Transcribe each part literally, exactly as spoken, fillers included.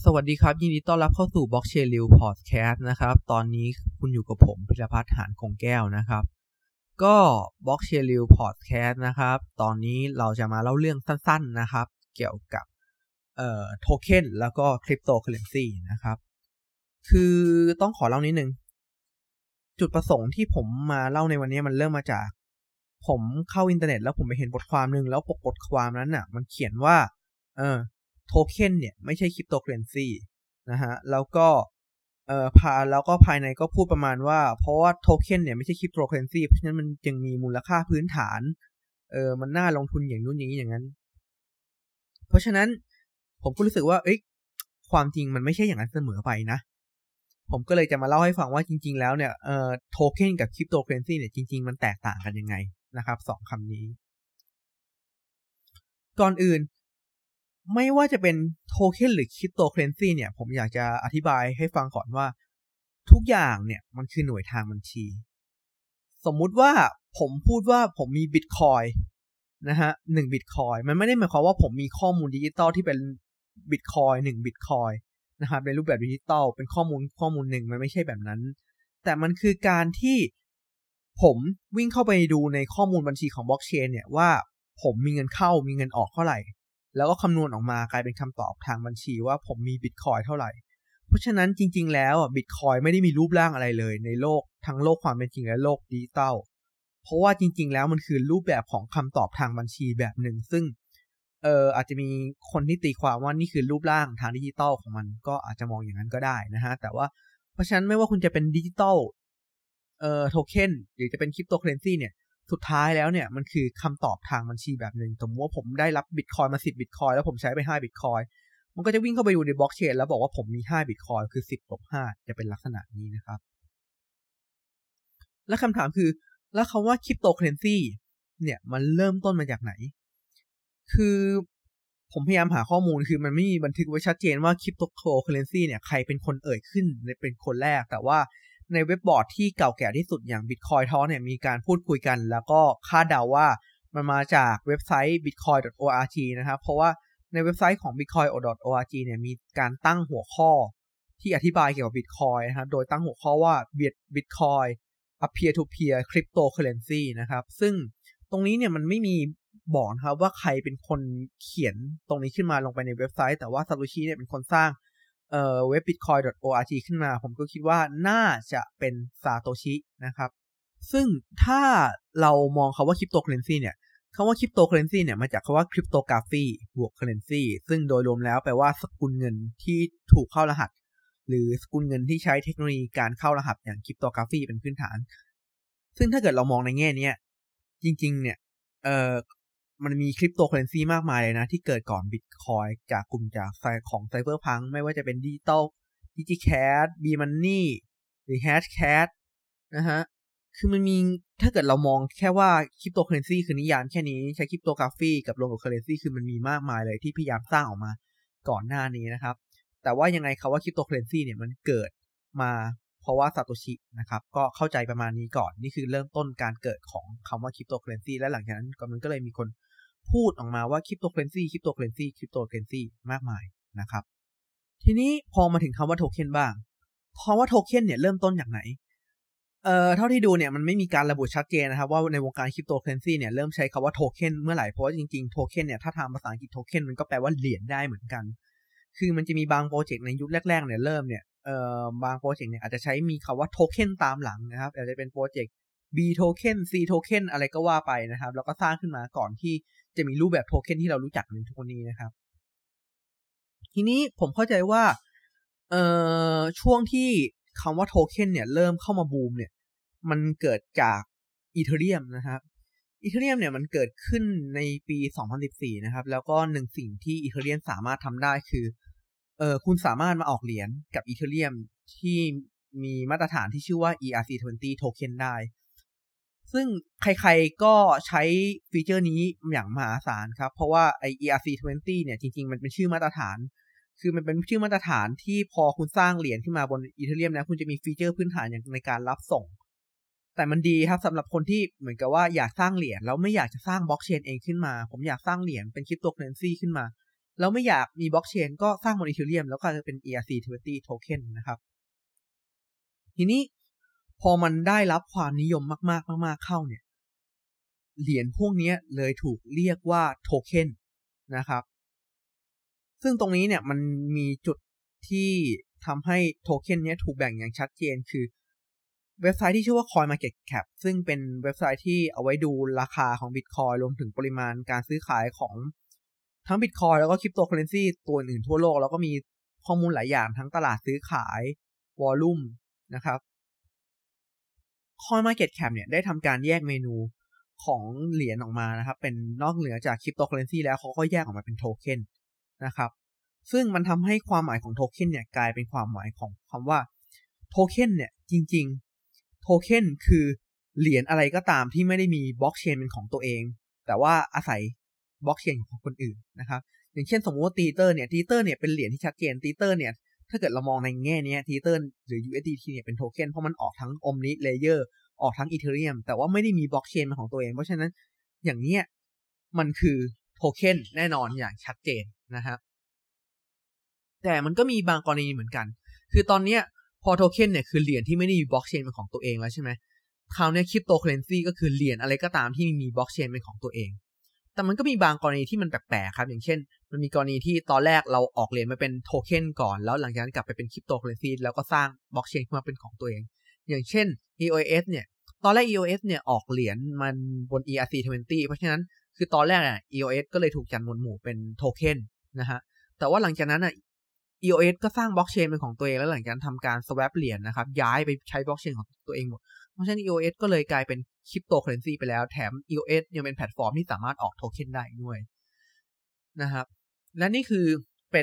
สวัสดีครับยินดีต้อนรับเข้าสู่ Blockchain Reel Podcast นะครับตอนนี้คุณอยู่กับผมพิรพัฒน์ หานคงแก้วนะครับก็ Blockchain Reel Podcast นะครับตอนนี้เราจะมาเล่าเรื่องสั้นๆนะครับเกี่ยวกับเอ่อโทเค็นแล้วก็คริปโตเคอเรนซีนะครับคือต้องขอเล่านิดนึงจุดประสงค์ที่ผมมาเล่าในวันนี้มันเริ่มมาจากผมเข้าอินเทอร์เน็ตแล้วผมไปเห็นบทความนึงแล้วปกบทความนั้นน่ะมันเขียนว่าเออโทเค็นเนี่ยไม่ใช่คริปโตเคอเรนซีนะฮะแล้วก็เอ่อพาแล้วก็ภายในก็พูดประมาณว่าเพราะว่าโทเค็นเนี่ยไม่ใช่คริปโตเคอเรนซีเพราะฉะนั้นมันยังมีมูลค่าพื้นฐานเออมันน่าลงทุนอย่างนู้นอย่างนี้อย่างนั้นเพราะฉะนั้นผมก็รู้สึกว่าเอ้ยความจริงมันไม่ใช่อย่างนั้นเสมอไปนะผมก็เลยจะมาเล่าให้ฟังว่าจริงๆแล้วเนี่ยเอ่อโทเค็นกับคริปโตเคอเรนซีเนี่ยจริงๆมันแตกต่างกันยังไงนะครับสองคำนี้ก่อนอื่นไม่ว่าจะเป็นโทเค็นหรือคริปโตเคอเรนซีเนี่ยผมอยากจะอธิบายให้ฟังก่อนว่าทุกอย่างเนี่ยมันคือหน่วยทางบัญชีสมมุติว่าผมพูดว่าผมมี Bitcoin นะฮะหนึ่ง Bitcoin มันไม่ได้หมายความว่าผมมีข้อมูลดิจิตอลที่เป็น Bitcoin หนึ่ง Bitcoin นะครับในรูปแบบดิจิตอลเป็นข้อมูลข้อมูลหนึ่งมันไม่ใช่แบบนั้นแต่มันคือการที่ผมวิ่งเข้าไปดูในข้อมูลบัญชีของบล็อกเชนเนี่ยว่าผมมีเงินเข้ามีเงินออกเท่าไหร่แล้วก็คำนวณออกมากลายเป็นคำตอบทางบัญชีว่าผมมี Bitcoin เท่าไหร่เพราะฉะนั้นจริงๆแล้วอ่ะ Bitcoin ไม่ได้มีรูปร่างอะไรเลยในโลกทั้งโลกความเป็นจริงและโลกดิจิตอลเพราะว่าจริงๆแล้วมันคือรูปแบบของคำตอบทางบัญชีแบบหนึ่งซึ่งเอ่ออาจจะมีคนที่ตีความว่านี่คือรูปร่างทางดิจิตอลของมันก็อาจจะมองอย่างนั้นก็ได้นะฮะแต่ว่าเพราะฉะนั้นไม่ว่าคุณจะเป็นดิจิตอลเอ่อโทเค็นหรือจะเป็นคริปโตเคอเรนซีเนี่ยสุดท้ายแล้วเนี่ยมันคือคำตอบทางบัญชีแบบหนึ่งสมมติว่าผมได้รับ Bitcoin มาสิบ Bitcoin แล้วผมใช้ไปห้า Bitcoin มันก็จะวิ่งเข้าไปดูในบล็อกเชนแล้วบอกว่าผมมีห้า Bitcoin คือสิบลบห้าจะเป็นลักษณะนี้นะครับและคำถามคือแล้วคำว่าคริปโตเคอเรนซีเนี่ยมันเริ่มต้นมาจากไหนคือผมพยายามหาข้อมูลคือมันไม่มีบันทึกไว้ชัดเจนว่าคริปโตเคอเรนซีเนี่ยใครเป็นคนเอ่ยขึ้นเป็นคนแรกแต่ว่าในเว็บบอร์ดที่เก่าแก่ที่สุดอย่าง Bitcoin Talk เนี่ยมีการพูดคุยกันแล้วก็คาดเดาว่ามันมาจากเว็บไซต์ บิตคอยน์ ดอท โอ อาร์ จี นะครับเพราะว่าในเว็บไซต์ของ บิตคอยน์ ดอท โอ อาร์ จี เนี่ยมีการตั้งหัวข้อที่อธิบายเกี่ยวกับ Bitcoin นะครับโดยตั้งหัวข้อว่า Bitcoin a peer to peer cryptocurrency นะครับซึ่งตรงนี้เนี่ยมันไม่มีบอกนะครับว่าใครเป็นคนเขียนตรงนี้ขึ้นมาลงไปในเว็บไซต์แต่ว่าซาโตชิเนี่ยเป็นคนสร้างเอ่อเว็บ บิตคอยน์ ดอท โอ อาร์ จี ขึ้นมาผมก็คิดว่าน่าจะเป็นซาโตชินะครับซึ่งถ้าเรามองคำว่าคริปโตเคอเรนซีเนี่ยคำว่าคริปโตเคอเรนซีเนี่ยมาจากคำว่าคริปโตกราฟีบวกเคอเรนซีซึ่งโดยรวมแล้วแปลว่าสกุลเงินที่ถูกเข้ารหัสหรือสกุลเงินที่ใช้เทคโนโลยีการเข้ารหัสอย่างคริปโตกราฟีเป็นพื้นฐานซึ่งถ้าเกิดเรามองในแง่นี้จริงๆเนี่ยเอ่อมันมีคริปโตเคอเรนซีมากมายเลยนะที่เกิดก่อน Bitcoin จากกลุ่มจากของไซเบอร์พังไม่ว่าจะเป็นดิจิตอลดิจิแคช B-Money หรือ Hashcash นะฮะคือมันมีถ้าเกิดเรามองแค่ว่าคริปโตเคอเรนซีคือนิยามแค่นี้ใช้คริปโตกราฟีกับรวมกับเคอเรนซีคือมันมีมากมายเลยที่พยายามสร้างออกมาก่อนหน้านี้นะครับแต่ว่ายังไงคำว่าคริปโตเคอเรนซีเนี่ยมันเกิดมาเพราะว่าซาโตชินะครับก็เข้าใจประมาณนี้ก่อนนี่คือเริ่มต้นการเกิดของคำว่าคริปโตเคอเรนซีและหลังจากนั้นก็มันก็เลยมีคนพูดออกมาว่าคริปโตเคอเรนซีคริปโตเคอเรนซีคริปโตเคอเรนซีมากมายนะครับทีนี้พอมาถึงคำว่าโทเค็นบ้างคำว่าโทเค็นเนี่ยเริ่มต้นจากไหนเอ่อเท่าที่ดูเนี่ยมันไม่มีการระบุชัดเจนนะครับว่าในวงการคริปโตเคอเรนซีเนี่ยเริ่มใช้คำว่าโทเค็นเมื่อไหร่เพราะว่าจริงๆโทเค็นเนี่ยถ้าทางภาษาอังกฤษโทเค็นมันก็แปลว่าเหรียญได้เหมือนกันคือมันจะมีบางโปรเจกต์ในยุคแรกๆเนี่ยเริ่มเนี่ยเอ่อบางโปรเจกต์เนี่ยอาจจะใช้มีคำว่าโทเค็นตามหลังนะครับอาจจะเป็นโปรเจกต์ B โทเค็น C โทเค็นอะไรก็ว่าไปนะครับแล้วก็สร้างขึ้นมาก่อนที่จะมีรูปแบบโทเค็นที่เรารู้จักในทุกวันนี้นะครับทีนี้ผมเข้าใจว่าเอ่อช่วงที่คำว่าโทเค็นเนี่ยเริ่มเข้ามาบูมเนี่ยมันเกิดจากอีเธอเรียมนะครับอีเธอเรียมเนี่ยมันเกิดขึ้นในปีสองพันสิบสี่นะครับแล้วก็หนึ่งสิ่งที่อีเธอเรียมสามารถทำได้คือเอ่อคุณสามารถมาออกเหรียญกับอีเธอเรียมที่มีมาตรฐานที่ชื่อว่า อี อาร์ ซี ยี่สิบ token ได้ซึ่งใครๆก็ใช้ฟีเจอร์นี้อย่างมหาศาลครับเพราะว่าไอ อี อาร์ ซี ยี่สิบ เนี่ยจริงๆมันเป็นชื่อมาตรฐานคือมันเป็นชื่อมาตรฐานที่พอคุณสร้างเหรียญขึ้นมาบนอีเธอเรียมนะคุณจะมีฟีเจอร์พื้นฐานอย่างในการรับส่งแต่มันดีครับสำหรับคนที่เหมือนกับว่าอยากสร้างเหรียญแล้วไม่อยากจะสร้างบล็อกเชนเองขึ้นมาผมอยากสร้างเหรียญเป็นคริปโตเคอเรนซีขึ้นมาแล้วไม่อยากมีบล็อกเชนก็สร้างบน Ethereum แล้วก็จะเป็น อี อาร์ ซี ยี่สิบ token นะครับทีนี้พอมันได้รับความนิยมมากๆมากๆเข้าเนี่ยเหรียญพวกนี้เลยถูกเรียกว่าโทเค็นนะครับซึ่งตรงนี้เนี่ยมันมีจุดที่ทำให้โทเค็นนี้ถูกแบ่งอย่างชัดเจนคือเว็บไซต์ที่ชื่อว่า CoinMarketCap ซึ่งเป็นเว็บไซต์ที่เอาไว้ดูราคาของ Bitcoin รวมถึงปริมาณการซื้อขายของทั้ง Bitcoin แล้วก็คริปโตเคอเรนซีตัวอื่นทั่วโลกแล้วก็มีข้อมูลหลายอย่างทั้งตลาดซื้อขายวอลลุ่มนะครับ CoinMarketCap เนี่ยได้ทำการแยกเมนูของเหรียญออกมานะครับเป็นนอกเหนือจากคริปโตเคอเรนซีแล้วเขาก็แยกออกมาเป็นโทเค็นนะครับซึ่งมันทำให้ความหมายของโทเค็นเนี่ยกลายเป็นความหมายของคำว่าโทเค็นเนี่ยจริงๆโทเค็นคือเหรียญอะไรก็ตามที่ไม่ได้มีบล็อกเชนเป็นของตัวเองแต่ว่าอาศัยบล็อกเชนของคนอื่นนะครับอย่างเช่นสมมติว่าทีเตอร์เนี่ยทีเตอร์เนี่ยเป็นเหรียญที่ชัดเจนทีเตอร์เนี่ยถ้าเกิดเรามองในแง่นี้ทีเตอร์หรือ ยู เอส ดี ที เนี่ยเป็นโทเค็นเพราะมันออกทั้ง Omni Layer ออกทั้ง Ethereum แต่ว่าไม่ได้มีบล็อกเชนเป็นของตัวเองเพราะฉะนั้นอย่างเนี้ยมันคือโทเค็นแน่นอนอย่างชัดเจนนะครับแต่มันก็มีบางกรณีเหมือนกันคือตอนเนี้ยพอโทเค็นเนี่ยคือเหรียญที่ไม่ได้มีบล็อกเชนเป็นของตัวเองแล้วใช่ไหมคราวนี้คริปโตเคอเรนซีก็คือเหรียญอะไรก็ตามที่มีบล็อกเชนเป็นของตัวเองแต่มันก็มีบางกรณีที่มันแปลกๆครับอย่างเช่นมันมีกรณีที่ตอนแรกเราออกเหรียญมาเป็นโทเค็นก่อนแล้วหลังจากนั้นกลับไปเป็นคริปโตเคอเรนซีแล้วก็สร้างบล็อกเชนขึ้นมาเป็นของตัวเองอย่างเช่น อี โอ เอส เนี่ยตอนแรก อี โอ เอส เนี่ยออกเหรียญมันบน อี อาร์ ซี ยี่สิบ เพราะฉะนั้นคือตอนแรกอ่ะ อี โอ เอส ก็เลยถูกจัดหมวดหมู่เป็นโทเค็นนะฮะแต่ว่าหลังจากนั้นอ่ะ อี โอ เอส ก็สร้างบล็อกเชนเป็นของตัวเองแล้วหลังจากนั้นทำการ swap เหรียญนะครับย้ายไปใช้บล็อกเชนของตัวเองหมดเพราะฉะนั้น อี โอ เอส ก็เลยกลายเป็นคริปโตเคอเรนซีไปแล้วแถม อี โอ เอส ยังเป็นแพลตฟอร์มที่สามารถออกโทเค็นได้ด้วยนะครับและนี่คือเป็น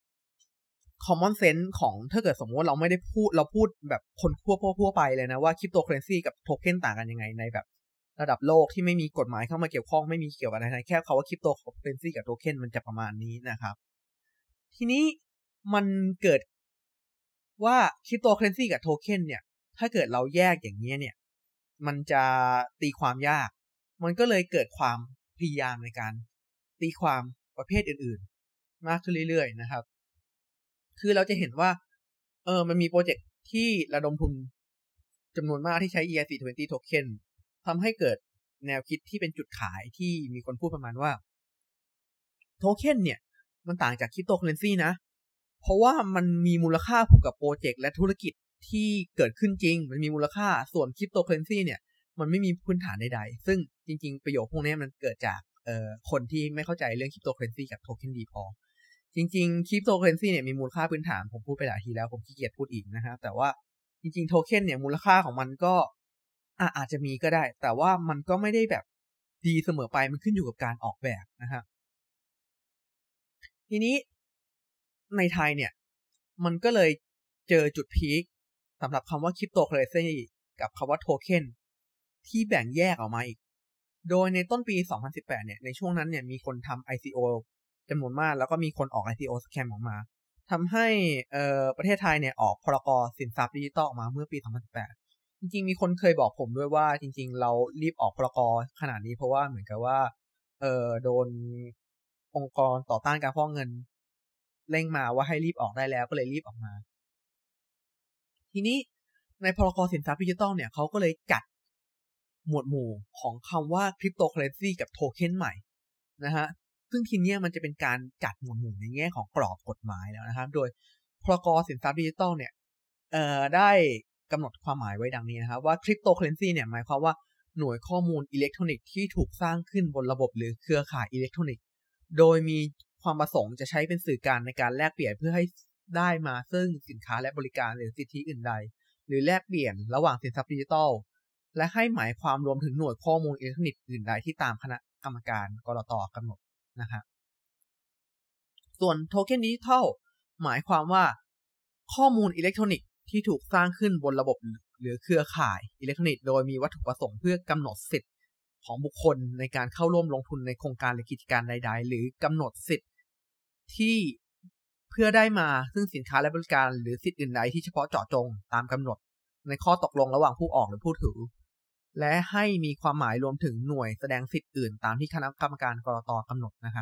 common sense ของถ้าเกิดสมมติว่าเราไม่ได้พูดเราพูดแบบคนทั่วทั่วไปเลยนะว่าคริปโตเคอเรนซีกับโทเค็นต่างกันยังไงในแบบระดับโลกที่ไม่มีกฎหมายเข้ามาเกี่ยวข้องไม่มีเกี่ยวกับอะไรแค่คำว่าคริปโตเคอเรนซีกับโทเค็นมันจะประมาณนี้นะครับทีนี้มันเกิดว่าคริปโตเคอเรนซีกับโทเค็นเนี่ยถ้าเกิดเราแยกอย่างนี้เนี่ยมันจะตีความยากมันก็เลยเกิดความพยายามในการตีความประเภทอื่นๆมากขึ้นเรื่อยๆนะครับคือเราจะเห็นว่าเออมันมีโปรเจกต์ที่ระดมทุนจำนวนมากที่ใช้ อี อาร์ ซี ยี่สิบ token ทำให้เกิดแนวคิดที่เป็นจุดขายที่มีคนพูดประมาณว่าโทเค็นเนี่ยมันต่างจากคริปโตเคอเรนซีนะเพราะว่ามันมีมูลค่าผูกกับโปรเจกต์และธุรกิจที่เกิดขึ้นจริงมันมีมูลค่าส่วนคริปโตเคอเรนซีเนี่ยมันไม่มีพื้นฐานใดๆซึ่งจริงๆประโยคพวกนี้มันเกิดจากเอ่อคนที่ไม่เข้าใจเรื่องคริปโตเคอเรนซีกับโทเค็นดีพอจริงๆคริปโตเคอเรนซีเนี่ยมีมูลค่าพื้นฐานผมพูดไปหลายทีแล้วผมขี้เกียจพูดอีกนะฮะแต่ว่าจริงๆโทเค็นเนี่ยมูลค่าของมันก็อ่ะอาจจะมีก็ได้แต่ว่ามันก็ไม่ได้แบบดีเสมอไปมันขึ้นอยู่กับการออกแบบนะฮะทีนี้ในไทยเนี่ยมันก็เลยเจอจุดพีคสำหรับคำว่าคริปโตเคอเรนซีกับคำว่าโทเค็นที่แบ่งแยกออกมาอีกโดยในต้นปีสองพันสิบแปดเนี่ยในช่วงนั้นเนี่ยมีคนทำ ไอ ซี โอ จำนวนมากแล้วก็มีคนออก ไอ ซี โอ สแคมออกมาทำให้เอ่อประเทศไทยเนี่ยออกพรก.สินทรัพย์ดิจิตอลออกมาเมื่อปีสองพันสิบแปดจริงๆมีคนเคยบอกผมด้วยว่าจริงๆเรารีบออกพรก.ขนาดนี้เพราะว่าเหมือนกับว่าเอ่อโดนองค์กรต่อต้านการฟอกเงินเร่งมาว่าให้รีบออกได้แล้วก็เลยรีบออกมาทีนี้ในพรก.สินทรัพย์ดิจิตอลเนี่ยเขาก็เลยจัดหมวดหมู่ของคำว่าคริปโตเคอเรนซีกับโทเค็นใหม่นะฮะซึ่งทีนี้มันจะเป็นการจัดหมวดหมู่ในแง่ของกรอบกฎหมายแล้วนะครับโดยพรก.สินทรัพย์ดิจิตอลเนี่ยเอ่อได้กำหนดความหมายไว้ดังนี้นะครับว่าคริปโตเคอเรนซีเนี่ยหมายความว่าหน่วยข้อมูลอิเล็กทรอนิกส์ที่ถูกสร้างขึ้นบนระบบหรือเครือข่ายอิเล็กทรอนิกส์โดยมีความประสงค์จะใช้เป็นสื่อกลางในการแลกเปลี่ยนเพื่อให้ได้มาซึ่งสินค้าและบริการหรือสิทธิอื่นใดหรือแลกเปลี่ยนระหว่างสินทรัพย์ดิจิทัลและให้หมายความรวมถึงหน่วยข้อมูลอิเล็กทรอนิกส์อื่นใดที่ตามคณะกรรมการกลต.กำหนดนะครับส่วนโทเค็นดิจิทัลหมายความว่าข้อมูลอิเล็กทรอนิกส์ที่ถูกสร้างขึ้นบนระบบหรือเครือข่ายอิเล็กทรอนิกส์โดยมีวัตถุประสงค์เพื่อกำหนดสิทธิ์ของบุคคลในการเข้าร่วมลงทุนในโครงการหรือกิจการใดๆหรือกำหนดสิทธิ์ที่เพื่อได้มาซึ่งสินค้าและบริการหรือสิทธิ์อื่นใดที่เฉพาะเจาะจงตามกำหนดในข้อตกลงระหว่างผู้ออกหรือผู้ถือและให้มีความหมายรวมถึงหน่วยแสดงสิทธิ์อื่นตามที่คณะกรรมการกลต.กำหนดนะครับ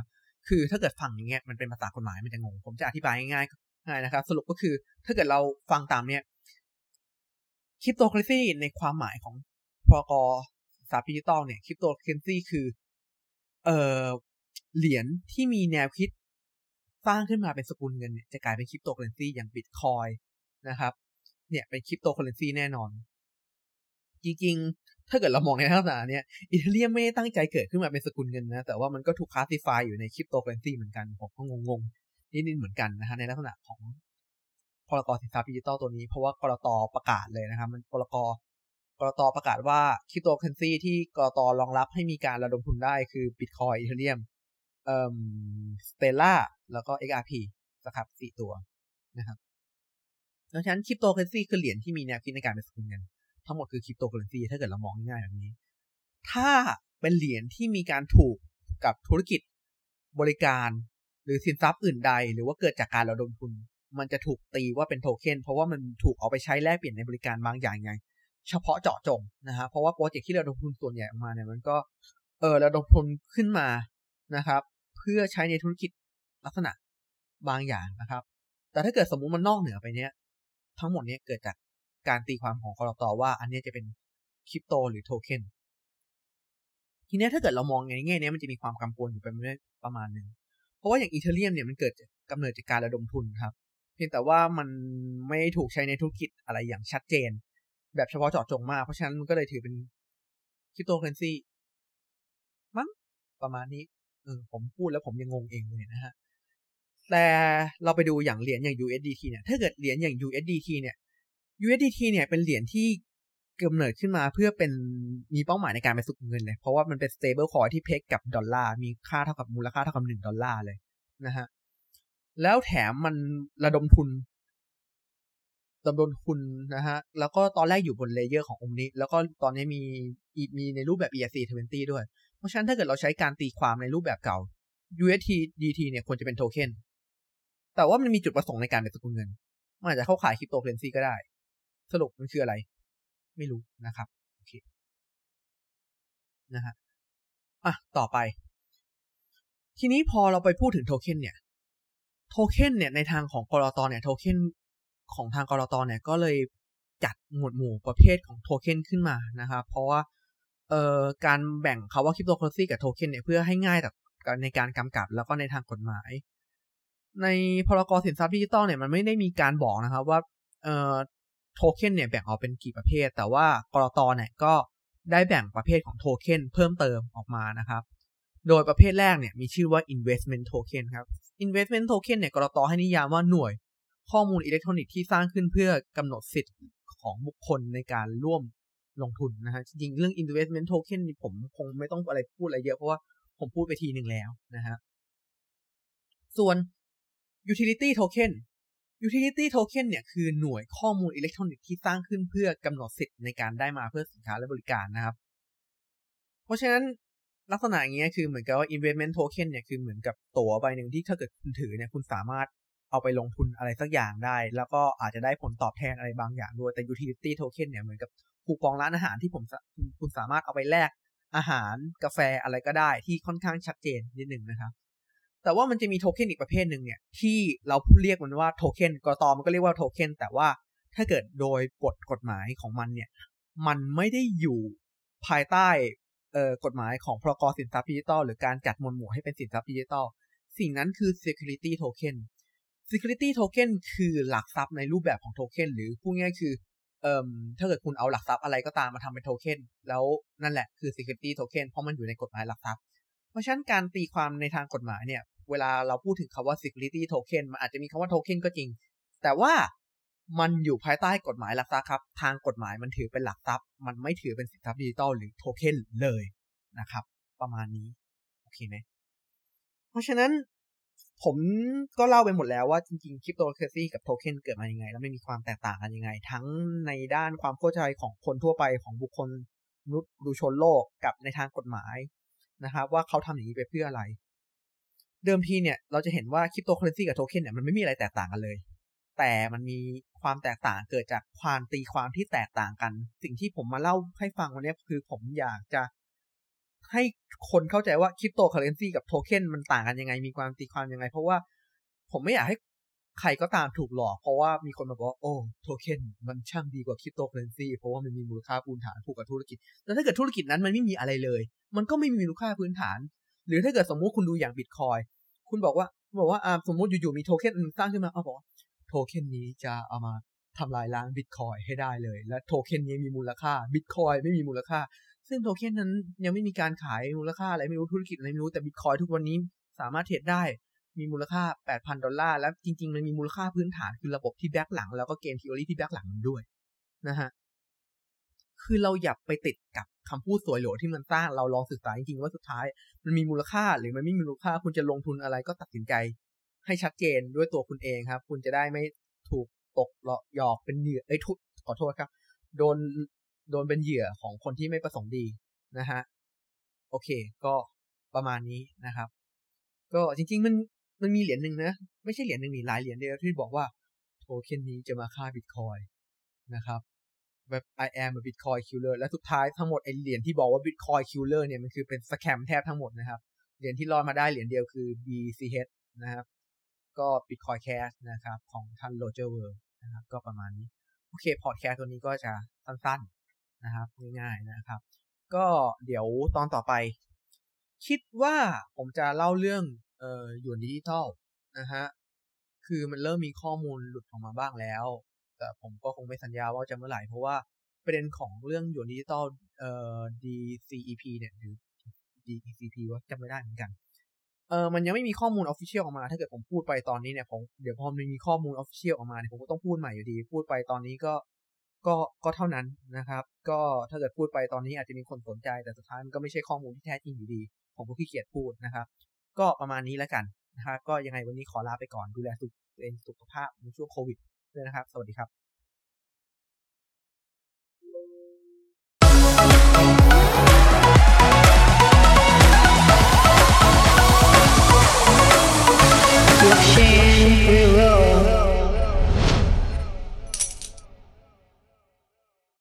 คือถ้าเกิดฟังอย่างเงี้ยมันเป็นภาษากฎหมายมันจะงงผมจะอธิบายง่ายๆง่ายนะครับสรุปก็คือถ้าเกิดเราฟังตามเนี้ยคริปโตเคอเรนซีในความหมายของพกทรัพย์ดิจิตอลเนี่ยคริปโตเคอเรนซีคือเอ่อเหรียญที่มีแนวคิดสร้างขึ้นมาเป็นสกุลเงินเนี่ยจะกลายเป็นคริปโตเคอเรนซีอย่างบิตคอยน์นะครับเนี่ยเป็นคริปโตเคอเรนซีแน่นอนจริงๆถ้าเกิดเรามองในลักษณะเนี้ยอีเธเรียมไม่ได้ตั้งใจเกิดขึ้นมาเป็นสกุลเงินนะแต่ว่ามันก็ถูกคลาสสิฟายอยู่ในคริปโตเคอเรนซีเหมือนกันผมก็งงๆนิดๆเหมือนกันนะฮะในลักษณะของพรกสินทรัพย์ดิจิตอลตัวนี้เพราะว่ากลต.ประกาศเลยนะครับมันพรกกลต.ประกาศว่าคริปโตเคอเรนซีที่กลต.รองรับให้มีการระดมทุนได้คือ Bitcoin Ethereum เอ่อ Stellar แล้วก็ เอ็กซ์ อาร์ พี นะครับสี่ตัวนะครับเพราะฉะนั้นคริปโตเคอเรนซีคือเหรียญที่มีแนวคิดในการเป็นสกุลเงินทั้งหมดคือคริปโตเคอเรนซีถ้าเกิดเรามองง่ายๆแบบนี้ถ้าเป็นเหรียญที่มีการถูกกับธุรกิจบริการหรือสินทรัพย์อื่นใดหรือว่าเกิดจากการระดมทุนมันจะถูกตีว่าเป็นโทเค็นเพราะว่ามันถูกเอาไปใช้แลกเปลี่ยนในบริการบางอย่างไงเฉพาะเจาะจงนะฮะเพราะว่าโปรเจกต์ที่ระดมทุนส่วนใหญ่ออกมาเนี่ยมันก็เออระดมทุนขึ้นมานะครับเพื่อใช้ในธุรกิจลักษณะบางอย่างนะครับแต่ถ้าเกิดสมมุติมันนอกเหนือไปเนี้ยทั้งหมดนี้เกิดจากการตีความของกลต.ว่าอันนี้จะเป็นคริปโตหรือโทเค็นทีนี้ถ้าเกิดเรามองในแง่นี้มันจะมีความกำกวมอยู่เป็นประมาณนึงเพราะว่าอย่างอีเธเรียมเนี่ยมันเกิดกำเนิดจากการระดมทุนครับเพียงแต่ว่ามันไม่ถูกใช้ในธุรกิจอะไรอย่างชัดเจนแบบเฉพาะเจาะจงมากเพราะฉะนั้นมันก็เลยถือเป็นคริปโตเคอเรนซีมั้งประมาณนี้เออผมพูดแล้วผมยังงงเองเลยนะฮะแต่เราไปดูอย่างเหรียญอย่าง ยู เอส ดี ที เนี่ยถ้าเกิดเหรียญอย่าง ยู เอส ดี ที เนี่ย ยู เอส ดี ที เนี่ยเป็นเหรียญที่กำเนิดขึ้นมาเพื่อเป็นมีเป้าหมายในการเป็นสกุลเงินเลยเพราะว่ามันเป็น stable coin ที่เพกกับดอลลาร์มีค่าเท่ากับมูลค่าเท่ากับหนึ่งดอลลาร์เลยนะฮะแล้วแถมมันระดมทุนระดมทุนนะฮะแล้วก็ตอนแรกอยู่บนเลเยอร์ขององค์นี้แล้วก็ตอนนี้มีมีในรูปแบบ อี เอส ซี ยี่สิบ ด้วยเพราะฉะนั้นถ้าเกิดเราใช้การตีความในรูปแบบเก่า ยู เอส ดี ที เนี่ยควรจะเป็นโทเค็นแต่ว่ามันมีจุดประสงค์ในการเป็นสกุลเงินมันอาจจะเข้าขายคริปโตเคอเรนซีก็ได้สรุปมันคืออะไรไม่รู้นะครับโอเคนะฮะอ่ะต่อไปทีนี้พอเราไปพูดถึงโทเค็นเนี่ยโทเค็นเนี่ยในทางของกลตเนี่ยโทเค็นของทางกลตเนี่ยก็เลยจัดหมวดหมู่ประเภทของโทเค็นขึ้นมานะครับเพราะว่าเอ่อการแบ่งคำว่าคริปโตเคอเรนซีกับโทเค็นเนี่ยเพื่อให้ง่ายต่อในการกำกับแล้วก็ในทางกฎหมายในพรกสินทรัพย์ดิจิตอลเนี่ยมันไม่ได้มีการบอกนะครับว่าเอ่อโทเค็นเนี่ยแบ่งออกเป็นกี่ประเภทแต่ว่ากลตเนี่ยก็ได้แบ่งประเภทของโทเค็นเพิ่มเติมออกมานะครับโดยประเภทแรกเนี่ยมีชื่อว่า investment token ครับ investment token เนี่ยกลตให้นิยามว่าหน่วยข้อมูลอิเล็กทรอนิกส์ที่สร้างขึ้นเพื่อกำหนดสิทธิ์ของบุคคลในการร่วมลงทุนนะฮะจริงๆเรื่อง investment token นี่ผมคงไม่ต้องอะไรพูดอะไรเยอะเพราะว่าผมพูดไปทีนึงแล้วนะฮะส่วน utility token utility token เนี่ยคือหน่วยข้อมูลอิเล็กทรอนิกส์ที่สร้างขึ้นเพื่อกำหนดสิทธิ์ในการได้มาเพื่อสินค้าและบริการนะครับเพราะฉะนั้นลักษณะอย่างเงี้ยคือเหมือนกับว่า investment token เนี่ยคือเหมือนกับตั๋วใบหนึ่งที่ถ้าเกิดคุณถือเนี่ยคุณสามารถเอาไปลงทุนอะไรสักอย่างได้แล้วก็อาจจะได้ผลตอบแทนอะไรบางอย่างด้วยแต่ utility token เนี่ยเหมือนกับคูปองร้านอาหารที่ผมคุณสามารถเอาไปแลกอาหารกาแฟอะไรก็ได้ที่ค่อนข้างชัดเจนนิดหนึ่งนะครับแต่ว่ามันจะมีโทเค็นอีกประเภทหนึ่งเนี่ยที่เราเรียกมันว่าโทเค็นกต.มันก็เรียกว่าโทเค็นแต่ว่าถ้าเกิดโดยกฎกฎหมายของมันเนี่ยมันไม่ได้อยู่ภายใต้เอ่อกฎหมายของพรกสินทรัพย์ดิจิทัลหรือการจัดหมวดหมู่ให้เป็นสินทรัพย์ดิจิทัลสิ่งนั้นคือ security token security token คือหลักทรัพย์ในรูปแบบของโทเค็นหรือพูดง่ายๆคือเอ่อถ้าเกิดคุณเอาหลักทรัพย์อะไรก็ตามมาทำเป็นโทเค็นแล้วนั่นแหละคือ security token เพราะมันอยู่ในกฎหมายหลักทรัพย์เพราะฉะนั้นการตีความในทางกฎหมายเนี่ยเวลาเราพูดถึงคำว่า security token มันอาจจะมีคำว่าโทเค็นก็จริงแต่ว่ามันอยู่ภายใต้กฎหมายหลักทรัพย์ครับทางกฎหมายมันถือเป็นหลักทรัพย์มันไม่ถือเป็นสินทรัพย์ดิจิทัลหรือโทเค็นเลยนะครับประมาณนี้โอเคไหมเพราะฉะนั้นผมก็เล่าไปหมดแล้วว่าจริงๆคริปโตเคอเรนซีกับโทเค็นเกิดมายังไงแล้วไม่มีความแตกต่างกันยังไงทั้งในด้านความเข้าใจของคนทั่วไปของบุคคลมนุษย์ดูชนโลกกับในทางกฎหมายนะครับว่าเขาทำอย่างนี้ไปเพื่ออะไรเดิมทีเนี่ยเราจะเห็นว่าคริปโตเคอเรนซีกับโทเค็นเนี่ยมันไม่มีอะไรแตกต่างกันเลยแต่มันมีความแตกต่างเกิดจากความตีความที่แตกต่างกันสิ่งที่ผมมาเล่าให้ฟังวันนี้คือผมอยากจะให้คนเข้าใจว่าคริปโตเคอเรนซีกับโทเค็นมันต่างกันยังไงมีความตีความยังไงเพราะว่าผมไม่อยากให้ใครก็ตามถูกหลอกเพราะว่ามีคนมาบอกว่าโอ้โทเค็นมันช่างดีกว่าคริปโตเคอเรนซีเพราะว่ามันมีมูลค่าพื้นฐานผูกกับธุรกิจแต่ถ้าเกิดธุรกิจนั้นมันไม่มีอะไรเลยมันก็ไม่มีมูลค่าพื้นฐานหรือถ้าเกิดสมมุติคุณดูอย่าง Bitcoin คุณบอกว่าบอกว่าอ่าสมมุติอยู่ๆมีโทเค็นนึงสร้างขึ้นมาเอาบอกว่าโทเค็นนี้จะเอามาทำลายล้าง Bitcoin ให้ได้เลยและโทเค็นนี้มีมูลค่า Bitcoin ไม่มีมูลค่าซึ่งโทเค็นนั้นยังไม่มีการขายมูลค่าอะไรไม่รู้ธุรกิจอะไรไม่รู้แต่ Bitcoin ทุกวันนี้สามารถเทรดได้มีมูลค่า แปดพัน ดอลลาร์แล้วจริงๆมันมีมูลค่าพื้นฐานคือระบบที่แบ็คหลังแล้วก็เกมทีโอรีที่แบ็คหลังมันด้วยนะฮะคือเราอย่าไปติดกับคำพูดสวยหรูที่มันสร้างเราลองศึกษาจริงๆว่าสุดท้ายมันมีมูลค่าหรือมันไม่มีมูลค่าคุณจะลงทุนอะไรก็ตัดสินใจให้ชัดเจนด้วยตัวคุณเองครับคุณจะได้ไม่ถูกตกหลอกเป็นเหยื่อเอ้ยขอโทษครับโดนโดนเป็นเหยื่อของคนที่ไม่ประสงค์ดีนะฮะโอเคก็ประมาณนี้นะครับก็จริงๆมันมันมีเหรียญหนึ่งนะไม่ใช่เหรียญหนึ่งนี่หลายเหรียญเดียวที่บอกว่าโทเค็นนี้จะมาฆ่า Bitcoin นะครับแบบ I am a Bitcoin killer และสุดท้ายทั้งหมดไอเหรียญที่บอกว่า Bitcoin killer เนี่ยมันคือเป็นสแคมแทบทั้งหมดนะครับเหรียญที่รอดมาได้เหรียญเดียวคือ บี ซี เอช นะครับก็ Bitcoin Cash นะครับของท่านโรเจอร์เวิร์นะครับก็ประมาณนี้โอเคพอดแคสต์ตัวนี้ก็จะสั้นๆนะครับง่ายๆนะครับก็เดี๋ยวตอนต่อไปคิดว่าผมจะเล่าเรื่องเอ่อหยวนดิจิทัลนะฮะคือมันเริ่มมีข้อมูลหลุดออกมาบ้างแล้วแต่ผมก็คงไม่สัญญาว่าจะเมื่อไหร่เพราะว่าประเด็นของเรื่องหยวนดิจิทัลเอ่อ ดี ซี อี พี เนี่ยหรือ ดี อี ซี พี ว่าจำไม่ได้เหมือนกันเออมันยังไม่มีข้อมูล official ออกมาถ้าเกิดผมพูดไปตอนนี้เนี่ยผมเดี๋ยวพอมันมีข้อมูล official ออกมาเนี่ยผมก็ต้องพูดใหม่อยู่ดีพูดไปตอนนี้ก็ก็ก็เท่านั้นนะครับก็ถ้าเกิดพูดไปตอนนี้อาจจะมีคนสนใจแต่สุดท้ายมันก็ไม่ใช่ข้อมูลที่แท้จริงอยู่ดีผมก็ขี้เกียจพูดนะครับก็ประมาณนี้แล้วกันนะครับก็ยังไงวันนี้ขอลาไปก่อนดูแลตัวเองสุขภาพในช่วงโควิดด้วยนะครับสวัสดีครับ